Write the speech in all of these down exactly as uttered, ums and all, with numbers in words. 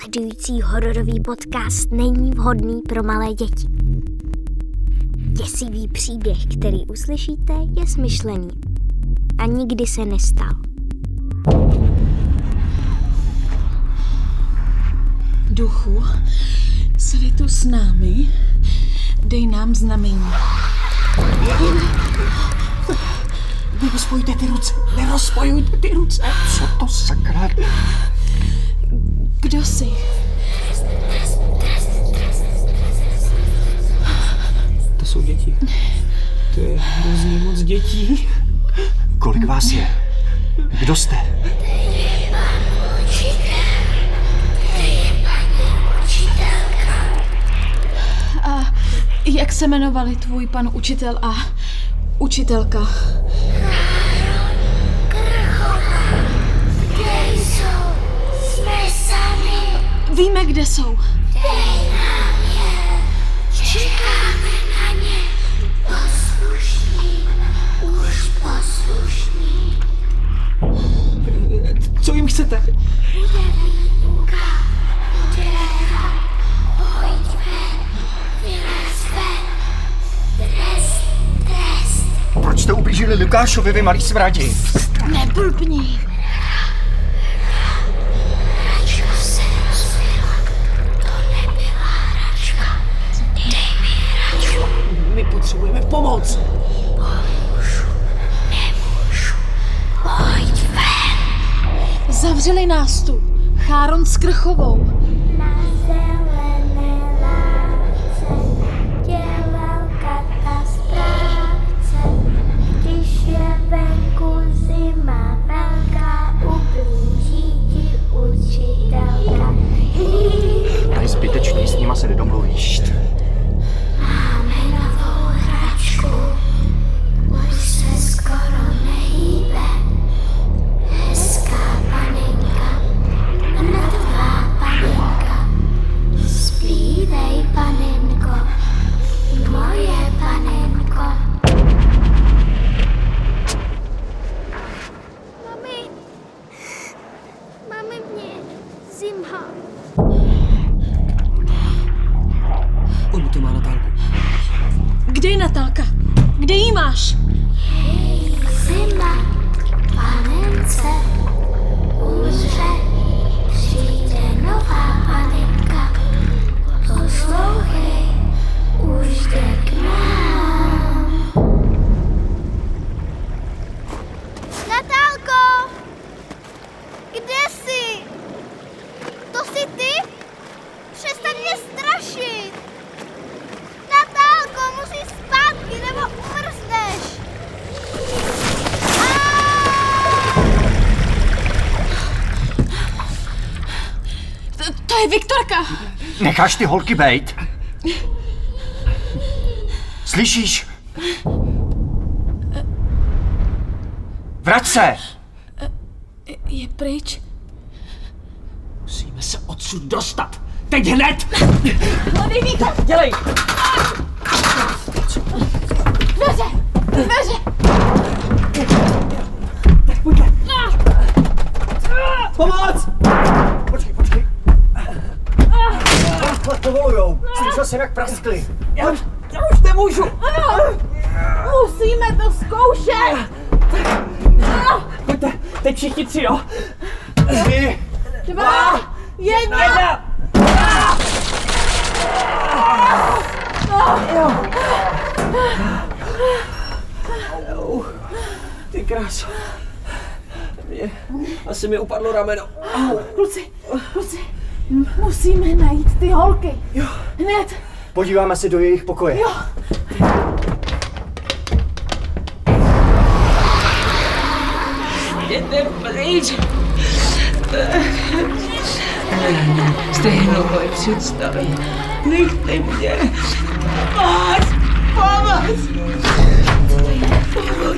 Následující hororový podcast není vhodný pro malé děti. Děsivý příběh, který uslyšíte, je smyšlený a nikdy se nestal. Duchu, jsi tu s námi? Dej nám znamení. Nerozpojujte ty ruce, nerozpojujte ty ruce. Co to sakra? Kdo jsi? To jsou děti. To je hrozně moc dětí. Kolik vás je? Kdo jste? A jak se jmenovali tvůj pan učitel a učitelka? Káron, Krchova, kde jsou? Jsme sami. Víme, kde jsou. Dej nám je. Čekáme na ně. Poslušní, už poslušní. Co jim chcete? Bude výuka, bude hra. Pojď ven, vylez ven. Trest, trest. Proč jste ublížili Lukášovi, vy malí smradi? Neblbni. Hračka se rozbila. To nebyla hračka. Dej mi hračku. My potřebujeme pomoc. Pomůžu, nemůžu. Pojď ven. Zavřeli nás tu. Cháron s Krchovou. Na zelené lávce dělal kata správce. Když je venku zima velká, ublíží ti učitelka. To je zbytečný, s nima se nedomluvíš. Máme novou hračku, už se skoro nehýbe. Hezká panenka, mrtvá panenka. Splívej, panenko, moje panenko. Mami, mami mě, zima. On to má Natálku. Kde je Natálka? Kde jí máš? Hej, zima, panence, umře, přijde nová panenka. Poslouchej, už jde k nám. Natálko, kde jsi? To jsi ty? Přestaň mě strašit. Natálko, musíš zpátky, nebo umrzneš. To, to je Viktorka. Necháš ty holky bejt? Slyšíš? Vrať se! Je pryč. Musíme se odsud dostat. Teď hned! Hledej východ. Dělej! Dveře. Dveře. Tak pojďte. Pomoc! Počkej, počkej. Povolujou. Slyšel jsem, jak praskli. Já už, já už nemůžu. Musíme to zkoušet. Pojďte, teď všichni tři, jo? Tři, Dva. Jedna. jedna. Au. Ty kráso. Mě, asi mi upadlo rameno. Au. Kluci, kluci, musíme najít ty holky. Jo. Hned. Podíváme se do jejich pokoje. Jo. Jděte pryč. Stejnou moje představy. Nechte mě. Pomoc! Pomoc! Pomoc!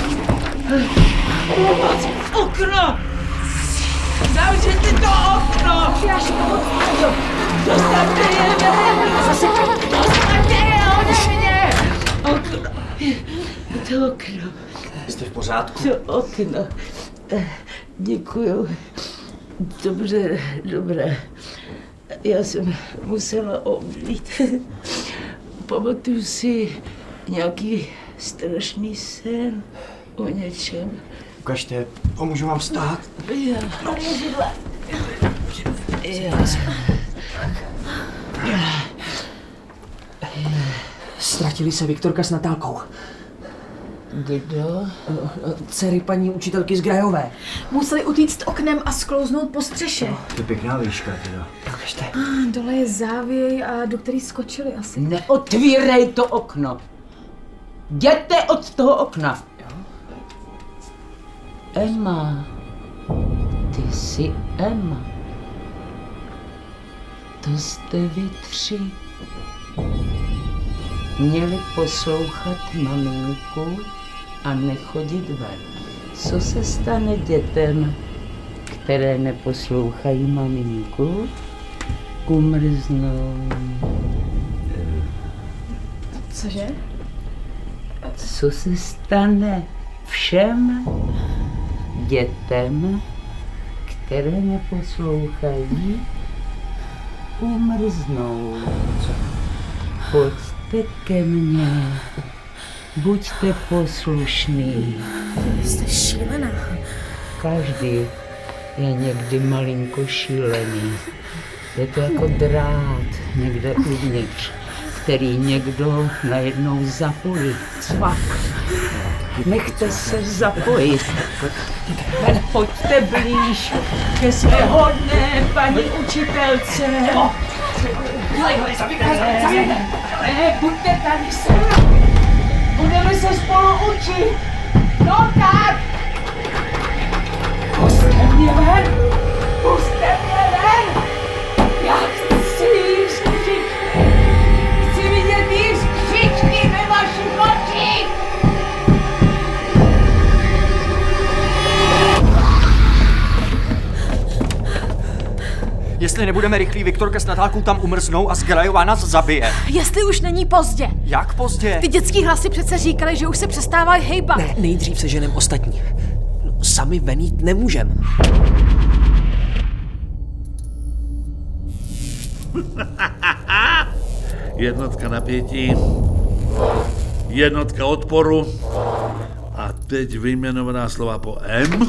Pomoc! Okno! Zavřete to okno! Dostaňte je ven! Dostaňte je ode mě! Okno! To okno. Jste v pořádku? To okno. Děkuju. Dobře, dobré. Já jsem musela omdlít. Pamatuju si nějaký strašný sen o něčem. Ukažte, pomůžu vám vstát. Já. No. Já. Ztratili se Viktorka s Natálkou. Kdo? Dcery paní učitelky z Grajové. Museli utíct oknem a sklouznout po střeše. To je pěkná výška teda. Ukažte. Ah, dole je závěj, a do který skočili asi. Neotvírej to okno. Jděte od toho okna. Emma. Ty jsi Emma. To jste vy tři. Měli poslouchat maminku a nechodit ven. Co se stane dětem, které neposlouchají maminku? Umrznou. Cože? Co se stane všem dětem, které neposlouchají? Umrznou. Pojďte ke mně. Buďte poslušný. Jste šílená. Každý je někdy malinko šílený. Je to jako drát někde uvnitř, který někdo najednou zapojí. Cvak. Nechte se zapojit. Pojďte blíž ke své hodné paní učitelce. Ne, buďte tady se. Budeme se spolu učit. No tak. Puste mě ven. Puste mě ven. Já chci jí skřičky. Chci vidět jí skřičky ve vašich očích. Jestli nebudeme rychlí, Viktorka s Natálkou tam umrznou a Zgrajová nás zabije. Jestli už není pozdě. Jak pozdě? Ty dětský hlasy přece říkali, že už se přestávají hejbat. Ne, nejdřív se ženem ostatní. No, sami ven jít nemůžem. Jednotka napětí, jednotka odporu a teď vyjmenovaná slova po M.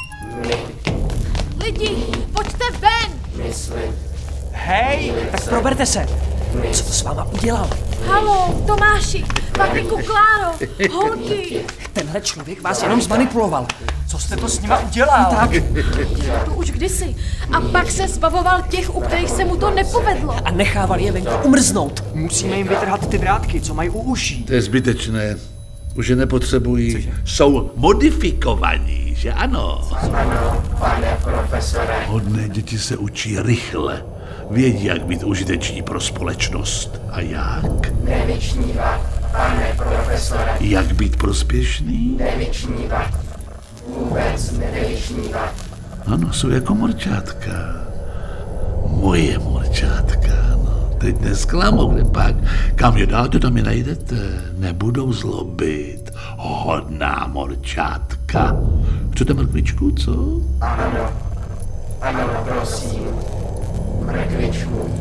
Lidi, pojďte ven! Hej! Tak proberte se. Co to s váma udělal? Haló, Tomáši, Patriku, Kláro, holky. Tenhle člověk vás jenom zmanipuloval. Co jste to s nima udělal? Tak. To už kdysi. A pak se zbavoval těch, u kterých se mu to nepovedlo. A nechával je venku umrznout. Musíme jim vytrhat ty vrátky, co mají u uší. To je zbytečné. Už je nepotřebují. Cože? Jsou modifikovaní, že ano? Ano, pane profesore. Hodné děti se učí rychle. Vědí, jak být užiteční pro společnost. A jak? Nevyčnívat, pane profesore. Jak být prospěšný? Nevyčnívat. Vůbec nevyčnívat. Ano, jsou jako morčátka. Moje morčátka, no. Teď nesklamou, kde pak. Kam je dáte, tam je najdete. Nebudou zlobit. Hodná morčátka. Chcete mrkvičku, co? Ano, ano, prosím. Mrkvičku.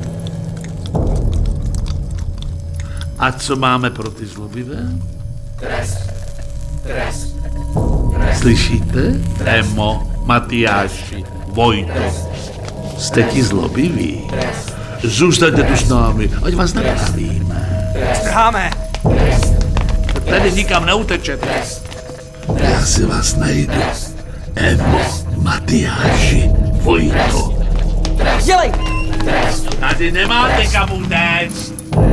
A co máme pro ty zlobivé? Trest. Trest. Slyšíte? Emo, Matyáši, Vojto. Jste ti zlobiví. Zůstaňte tu s námi, ať vás nenapravíme. Strháme! Tady nikam neutečete. Já si vás najdu. Emo, Matyáši, Vojto. Dělej! Tady nemáte kam utéct.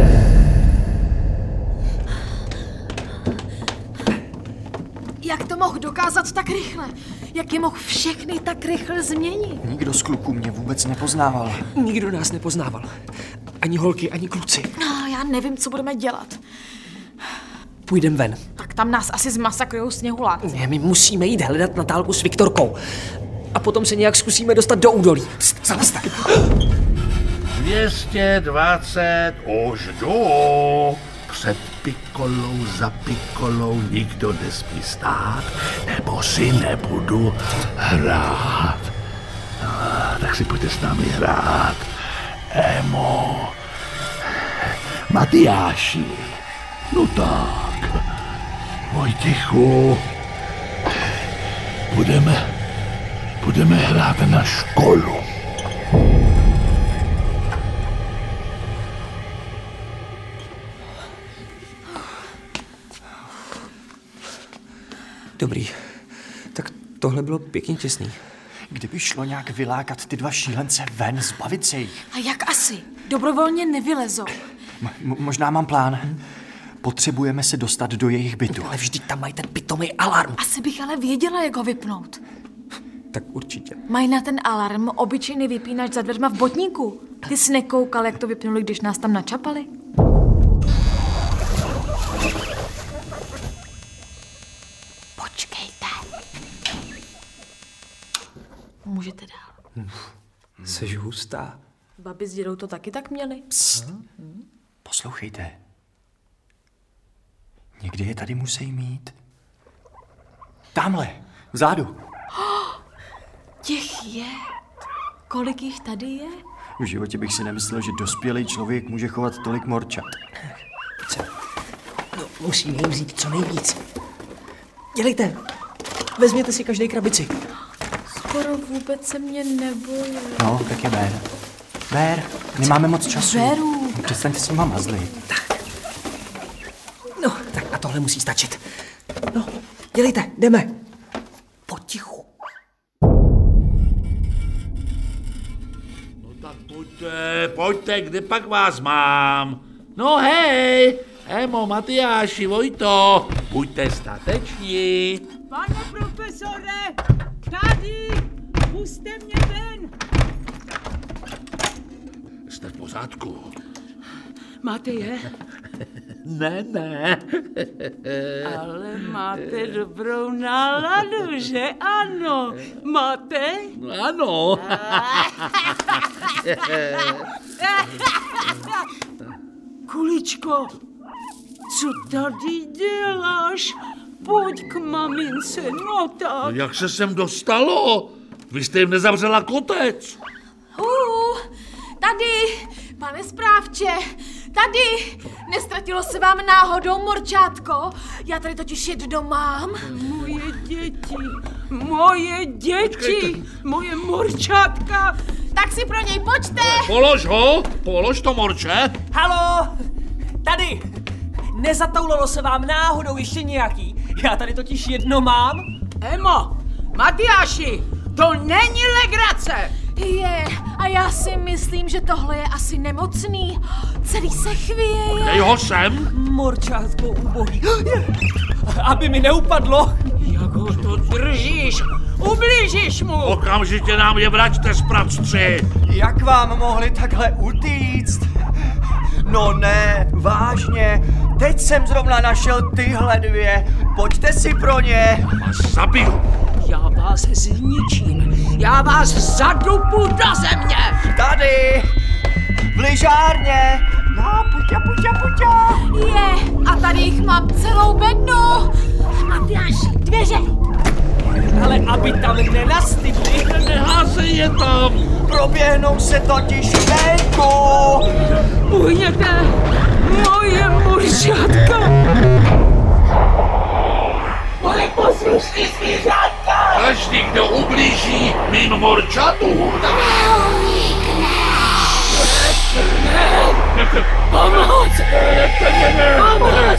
Jak to mohl dokázat tak rychle? Jak je mohl všechny tak rychle změnit? Nikdo z kluků mě vůbec nepoznával. Nikdo nás nepoznával. Ani holky, ani kluci. No, já nevím, co budeme dělat. Půjdem ven. Tak tam nás asi zmasakrujou sněhuláci. Ne, my musíme jít hledat Natálku s Viktorkou. A potom se nějak zkusíme dostat do údolí. Zastavte! dvě stě dvacet, už jdu. Před pikolou, za pikolou nikdo nesmí stát, nebo si nebudu hrát. tak si pojďte s námi hrát. Emo. Matyáši. No tak. Vojtěchu. Budeme, budeme hrát na školu. Dobrý. Tak tohle bylo pěkně těsný. Kdyby šlo nějak vylákat ty dva šílence ven, zbavit se jich. A jak asi? Dobrovolně nevylezou. M- možná mám plán. Potřebujeme se dostat do jejich bytu. Ale vždyť tam mají ten pitomý alarm. Asi bych ale věděla, jak ho vypnout. Tak určitě. Mají na ten alarm obyčejný vypínač za dveřma v botníku. Ty jsi nekoukal, jak to vypnuli, když nás tam načapali? Počkejte. Můžete dál. Hm. Seš hustá. Babi s dědou to taky tak měli. Psst. Poslouchejte. Někdy je tady musí mít. Tamhle, vzadu. Těch je. Kolik jich tady je? V životě bych si nemyslel, že dospělý člověk může chovat tolik morčat. Co? No, musíme jim vzít co nejvíc. Dělejte. Vezměte si každý krabici. Skoro vůbec se mě nebojí. No, tak je ber. Ber, nemáme moc času. Beru. Přestaňte s nima mazlit. Tak. No, tak na tohle musí stačit. No, dělejte, jdeme. Potichu. No tak pojďte, pojďte, kde pak vás mám? No hej, Emo, Matyáši, Vojto, buďte stateční. Pane profesore, tady, pusťte mě ven. Jste v pořádku? Máte je? Ne, ne. Ale máte dobrou náladu, že ano? Máte? No, ano. Kuličko, co tady děláš? Pojď k mamince, no tak. Jak se sem dostalo? Vy jste jim nezavřela kotec. Uh, tady, pane správče, tady. Nestratilo se vám náhodou morčátko? Já tady totiž jedno mám. Moje děti, moje děti, Počkejte. moje morčátka. Tak si pro něj počte. Polož ho, polož to morče. Halo, tady. Nezatoulalo se vám náhodou ještě nějaký? Já tady totiž jedno mám. Emo, Matyáši, to není legrace. Je, a já si myslím, že tohle je asi nemocný. Celý se chvěje. Dej ho sem. Morčátko ubohý. Aby mi neupadlo. Jak ho to držíš? Ublížíš mu. Okamžitě nám je vraťte z practři. Jak vám mohli takhle utíct? No ne, vážně. Teď jsem zrovna našel tyhle dvě. Pojďte si pro ně. A zabiju. Já vás zničím. Já vás zadupu do země. Tady, v lyžárně. No, puťa, puťa, puťa. Je, a tady jich mám celou bednu. Matyáši, dveře. Ale aby tam nenastydli. Neházej je tam. Proběhnou se totiž venku. Ujděte, moje morčátka. Moje poslušný zvířátka! Každý, kdo ublíží mým morčatům. Pomoc! Pomoc!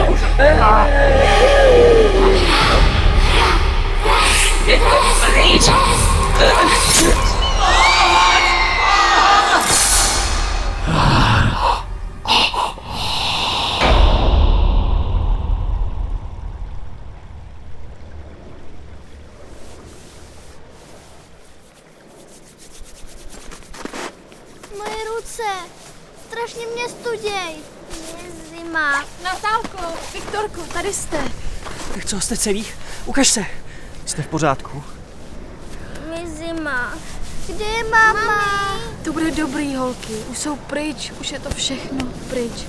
Jděte pryč! Moje ruce. Strašně mě studěj. Je zima. Natálko, Viktorko, tady jste. Tak co, jste celý? Ukaž se. Jste v pořádku? Mi zima. Kde je mama? To bude dobrý, holky. Už jsou pryč, už je to všechno pryč.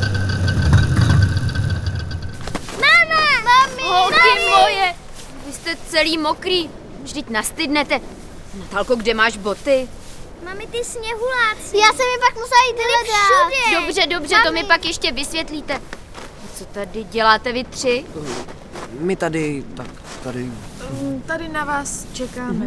Mama! Mami! Holky mami. moje, vy jste jste celý mokrý. Vždyť nastydnete. Natálko, kde máš boty? Mami, ty sněhuláci. Já jsem je pak musela jít hledat. Dobře, dobře, Mami. To mi pak ještě vysvětlíte. A co tady děláte vy tři? My tady, tak tady... Tady na vás čekáme.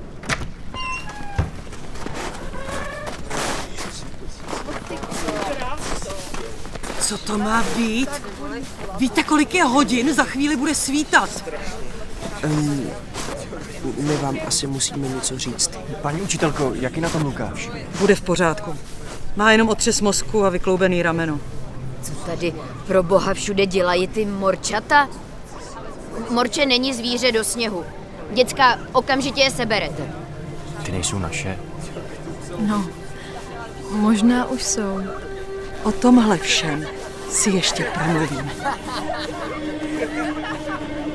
Co to má být? Víte, kolik je hodin? Za chvíli bude svítat. Um, my vám asi musíme něco říct. Paní učitelko, jak je na tom Lukáš? Bude v pořádku. Má jenom otřes mozku a vykloubený rameno. Co tady pro boha všude dělají ty morčata? Morče není zvíře do sněhu. Děcka, okamžitě je seberete. Ty nejsou naše. No, možná už jsou. O tomhle všem si ještě promluvíme.